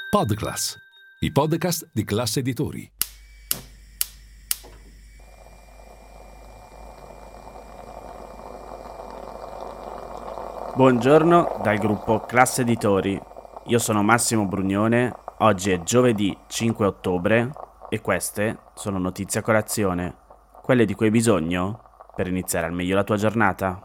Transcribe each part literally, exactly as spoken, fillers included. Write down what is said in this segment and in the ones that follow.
Podclass, i podcast di Classe Editori. Buongiorno dal gruppo Classe Editori. Io sono Massimo Brugnone, oggi è giovedì cinque ottobre e queste sono notizie a colazione, quelle di cui hai bisogno per iniziare al meglio la tua giornata.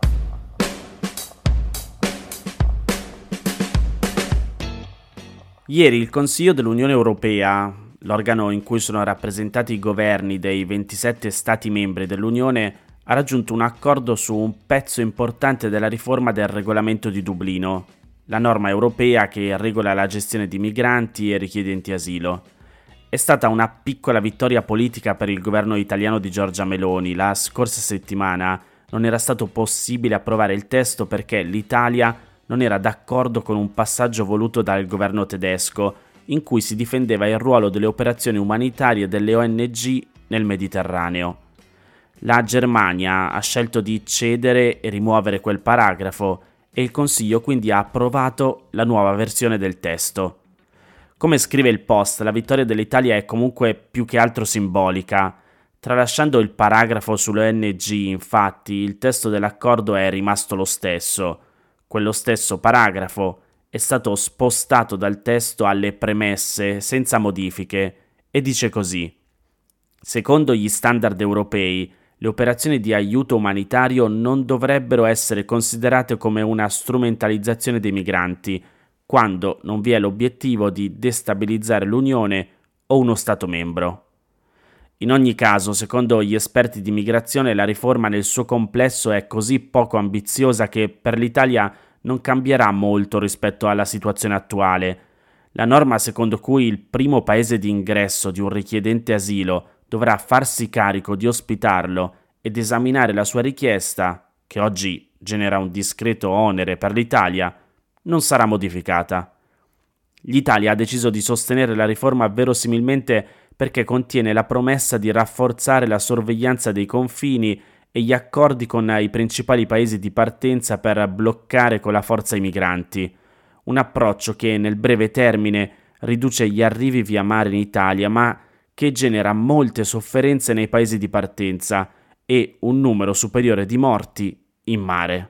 Ieri il Consiglio dell'Unione Europea, l'organo in cui sono rappresentati i governi dei ventisette Stati membri dell'Unione, ha raggiunto un accordo su un pezzo importante della riforma del regolamento di Dublino, la norma europea che regola la gestione di migranti e richiedenti asilo. È stata una piccola vittoria politica per il governo italiano di Giorgia Meloni. La scorsa settimana non era stato possibile approvare il testo perché l'Italia non era d'accordo con un passaggio voluto dal governo tedesco in cui si difendeva il ruolo delle operazioni umanitarie delle O N G nel Mediterraneo. La Germania ha scelto di cedere e rimuovere quel paragrafo e il Consiglio quindi ha approvato la nuova versione del testo. Come scrive il Post, la vittoria dell'Italia è comunque più che altro simbolica. Tralasciando il paragrafo sulle O N G, infatti, il testo dell'accordo è rimasto lo stesso. Quello stesso paragrafo è stato spostato dal testo alle premesse senza modifiche e dice così: secondo gli standard europei, le operazioni di aiuto umanitario non dovrebbero essere considerate come una strumentalizzazione dei migranti, quando non vi è l'obiettivo di destabilizzare l'Unione o uno Stato membro. In ogni caso, secondo gli esperti di migrazione, la riforma nel suo complesso è così poco ambiziosa che per l'Italia non cambierà molto rispetto alla situazione attuale. La norma secondo cui il primo paese di ingresso di un richiedente asilo dovrà farsi carico di ospitarlo ed esaminare la sua richiesta, che oggi genera un discreto onere per l'Italia, non sarà modificata. L'Italia ha deciso di sostenere la riforma verosimilmente perché contiene la promessa di rafforzare la sorveglianza dei confini e gli accordi con i principali paesi di partenza per bloccare con la forza i migranti. Un approccio che nel breve termine riduce gli arrivi via mare in Italia, ma che genera molte sofferenze nei paesi di partenza e un numero superiore di morti in mare.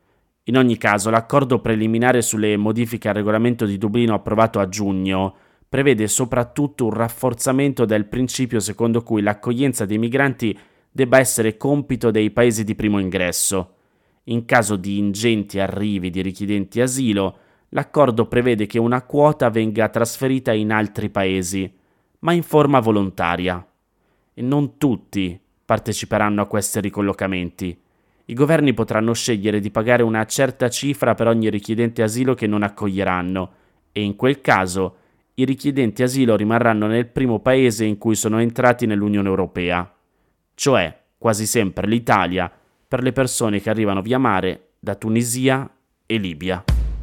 In ogni caso, l'accordo preliminare sulle modifiche al regolamento di Dublino approvato a giugno prevede soprattutto un rafforzamento del principio secondo cui l'accoglienza dei migranti debba essere compito dei paesi di primo ingresso. In caso di ingenti arrivi di richiedenti asilo, l'accordo prevede che una quota venga trasferita in altri paesi, ma in forma volontaria. E non tutti parteciperanno a questi ricollocamenti. I governi potranno scegliere di pagare una certa cifra per ogni richiedente asilo che non accoglieranno, e in quel caso i richiedenti asilo rimarranno nel primo paese in cui sono entrati nell'Unione Europea, cioè quasi sempre l'Italia per le persone che arrivano via mare da Tunisia e Libia.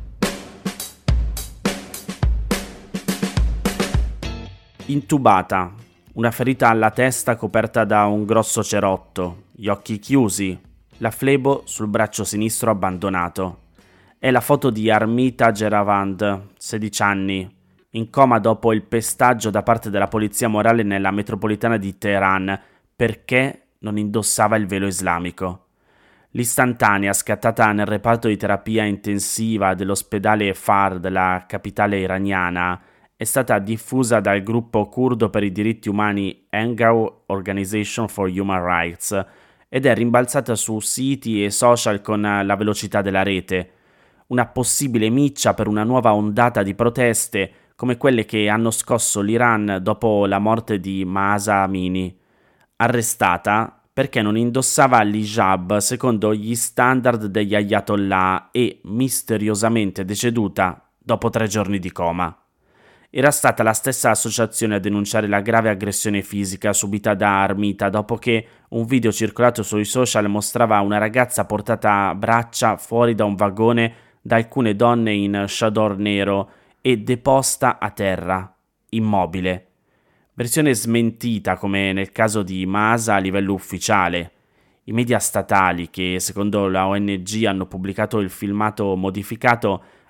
Intubata, una ferita alla testa coperta da un grosso cerotto, gli occhi chiusi, la flebo sul braccio sinistro abbandonato. È la foto di Armita Geravand, sedici anni, in coma dopo il pestaggio da parte della polizia morale nella metropolitana di Teheran perché non indossava il velo islamico. L'istantanea scattata nel reparto di terapia intensiva dell'ospedale Fard della capitale iraniana è stata diffusa dal gruppo curdo per i diritti umani Engao Organization for Human Rights ed è rimbalzata su siti e social con la velocità della rete, una possibile miccia per una nuova ondata di proteste come quelle che hanno scosso l'Iran dopo la morte di Mahsa Amini, arrestata perché non indossava l'hijab secondo gli standard degli ayatollah e misteriosamente deceduta dopo tre giorni di coma. Era stata la stessa associazione a denunciare la grave aggressione fisica subita da Armita dopo che un video circolato sui social mostrava una ragazza portata a braccia fuori da un vagone da alcune donne in chador nero e deposta a terra, immobile. Versione smentita come nel caso di Mahsa a livello ufficiale. I media statali che, secondo la O N G, hanno pubblicato il filmato modificato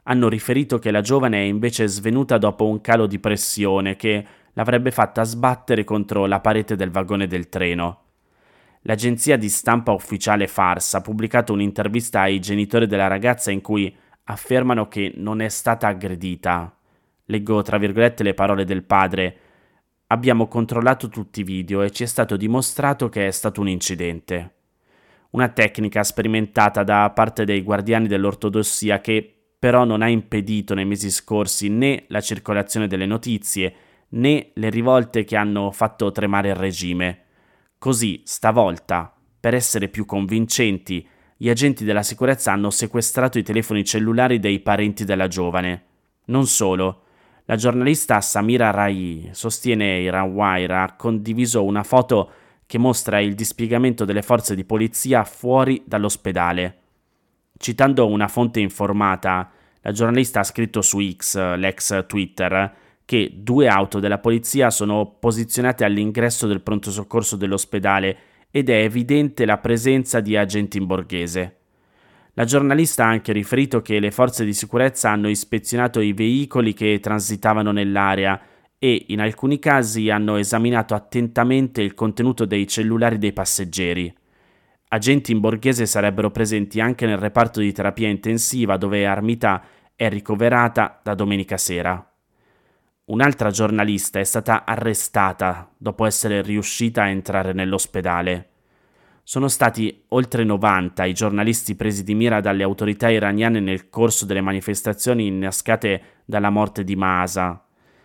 hanno riferito che la giovane è invece svenuta dopo un calo di pressione che l'avrebbe fatta sbattere contro la parete del vagone del treno. L'agenzia di stampa ufficiale Fars ha pubblicato un'intervista ai genitori della ragazza in cui affermano che non è stata aggredita. Leggo tra virgolette le parole del padre: «Abbiamo controllato tutti i video e ci è stato dimostrato che è stato un incidente». Una tecnica sperimentata da parte dei guardiani dell'ortodossia che però non ha impedito nei mesi scorsi né la circolazione delle notizie né le rivolte che hanno fatto tremare il regime. Così, stavolta, per essere più convincenti, gli agenti della sicurezza hanno sequestrato i telefoni cellulari dei parenti della giovane. Non solo, la giornalista Samira Rai sostiene Iran Wire ha condiviso una foto che mostra il dispiegamento delle forze di polizia fuori dall'ospedale. Citando una fonte informata, la giornalista ha scritto su X, l'ex Twitter, che due auto della polizia sono posizionate all'ingresso del pronto soccorso dell'ospedale ed è evidente la presenza di agenti in borghese. La giornalista ha anche riferito che le forze di sicurezza hanno ispezionato i veicoli che transitavano nell'area e in alcuni casi hanno esaminato attentamente il contenuto dei cellulari dei passeggeri. Agenti in borghese sarebbero presenti anche nel reparto di terapia intensiva dove Armita è ricoverata da domenica sera. Un'altra giornalista è stata arrestata dopo essere riuscita a entrare nell'ospedale. Sono stati oltre novanta i giornalisti presi di mira dalle autorità iraniane nel corso delle manifestazioni innescate dalla morte di Mahsa.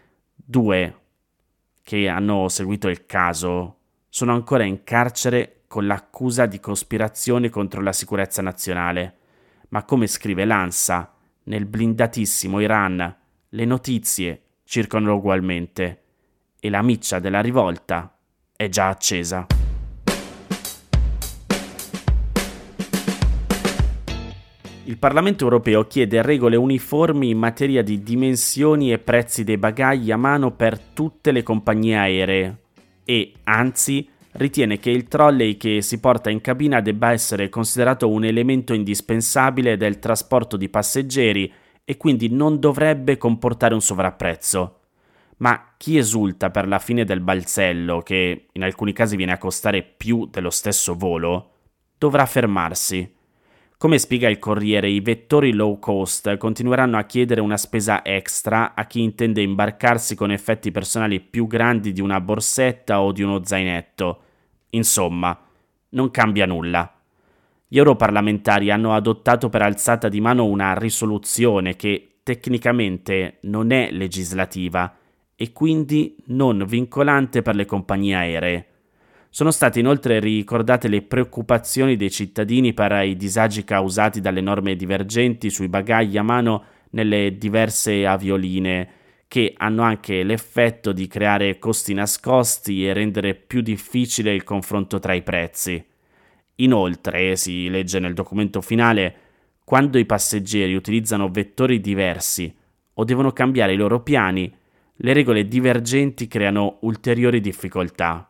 Due, che hanno seguito il caso, sono ancora in carcere con l'accusa di cospirazione contro la sicurezza nazionale. Ma come scrive l'ANSA, nel blindatissimo Iran le notizie circolano ugualmente e la miccia della rivolta è già accesa. Il Parlamento europeo chiede regole uniformi in materia di dimensioni e prezzi dei bagagli a mano per tutte le compagnie aeree e, anzi, ritiene che il trolley che si porta in cabina debba essere considerato un elemento indispensabile del trasporto di passeggeri e quindi non dovrebbe comportare un sovrapprezzo. Ma chi esulta per la fine del balzello, che in alcuni casi viene a costare più dello stesso volo, dovrà fermarsi. Come spiega il Corriere, i vettori low cost continueranno a chiedere una spesa extra a chi intende imbarcarsi con effetti personali più grandi di una borsetta o di uno zainetto. Insomma, non cambia nulla. Gli europarlamentari hanno adottato per alzata di mano una risoluzione che tecnicamente non è legislativa e quindi non vincolante per le compagnie aeree. Sono state inoltre ricordate le preoccupazioni dei cittadini per i disagi causati dalle norme divergenti sui bagagli a mano nelle diverse avioline, che hanno anche l'effetto di creare costi nascosti e rendere più difficile il confronto tra i prezzi. Inoltre, si legge nel documento finale, quando i passeggeri utilizzano vettori diversi o devono cambiare i loro piani, le regole divergenti creano ulteriori difficoltà.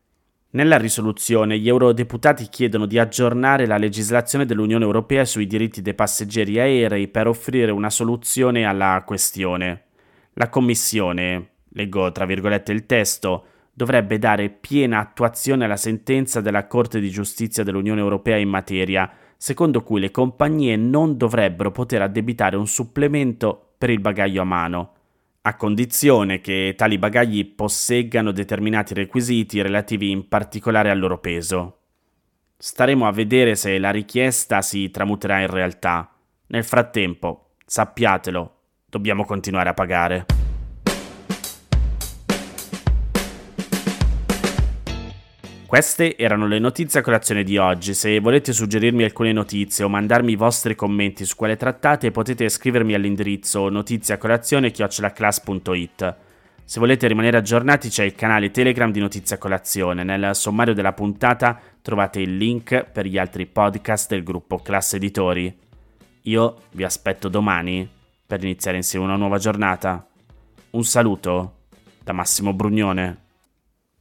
Nella risoluzione gli eurodeputati chiedono di aggiornare la legislazione dell'Unione Europea sui diritti dei passeggeri aerei per offrire una soluzione alla questione. La Commissione, leggo tra virgolette il testo, dovrebbe dare piena attuazione alla sentenza della Corte di Giustizia dell'Unione Europea in materia, secondo cui le compagnie non dovrebbero poter addebitare un supplemento per il bagaglio a mano, a condizione che tali bagagli posseggano determinati requisiti relativi in particolare al loro peso. Staremo a vedere se la richiesta si tramuterà in realtà. Nel frattempo, sappiatelo, dobbiamo continuare a pagare. Queste erano le notizie a colazione di oggi. Se volete suggerirmi alcune notizie o mandarmi i vostri commenti su quelle trattate, potete scrivermi all'indirizzo notiziacolazione chiocciola class punto it. Se volete rimanere aggiornati c'è il canale Telegram di Notizie a Colazione. Nel sommario della puntata trovate il link per gli altri podcast del gruppo Class Editori. Io vi aspetto domani per iniziare insieme una nuova giornata. Un saluto da Massimo Brugnone.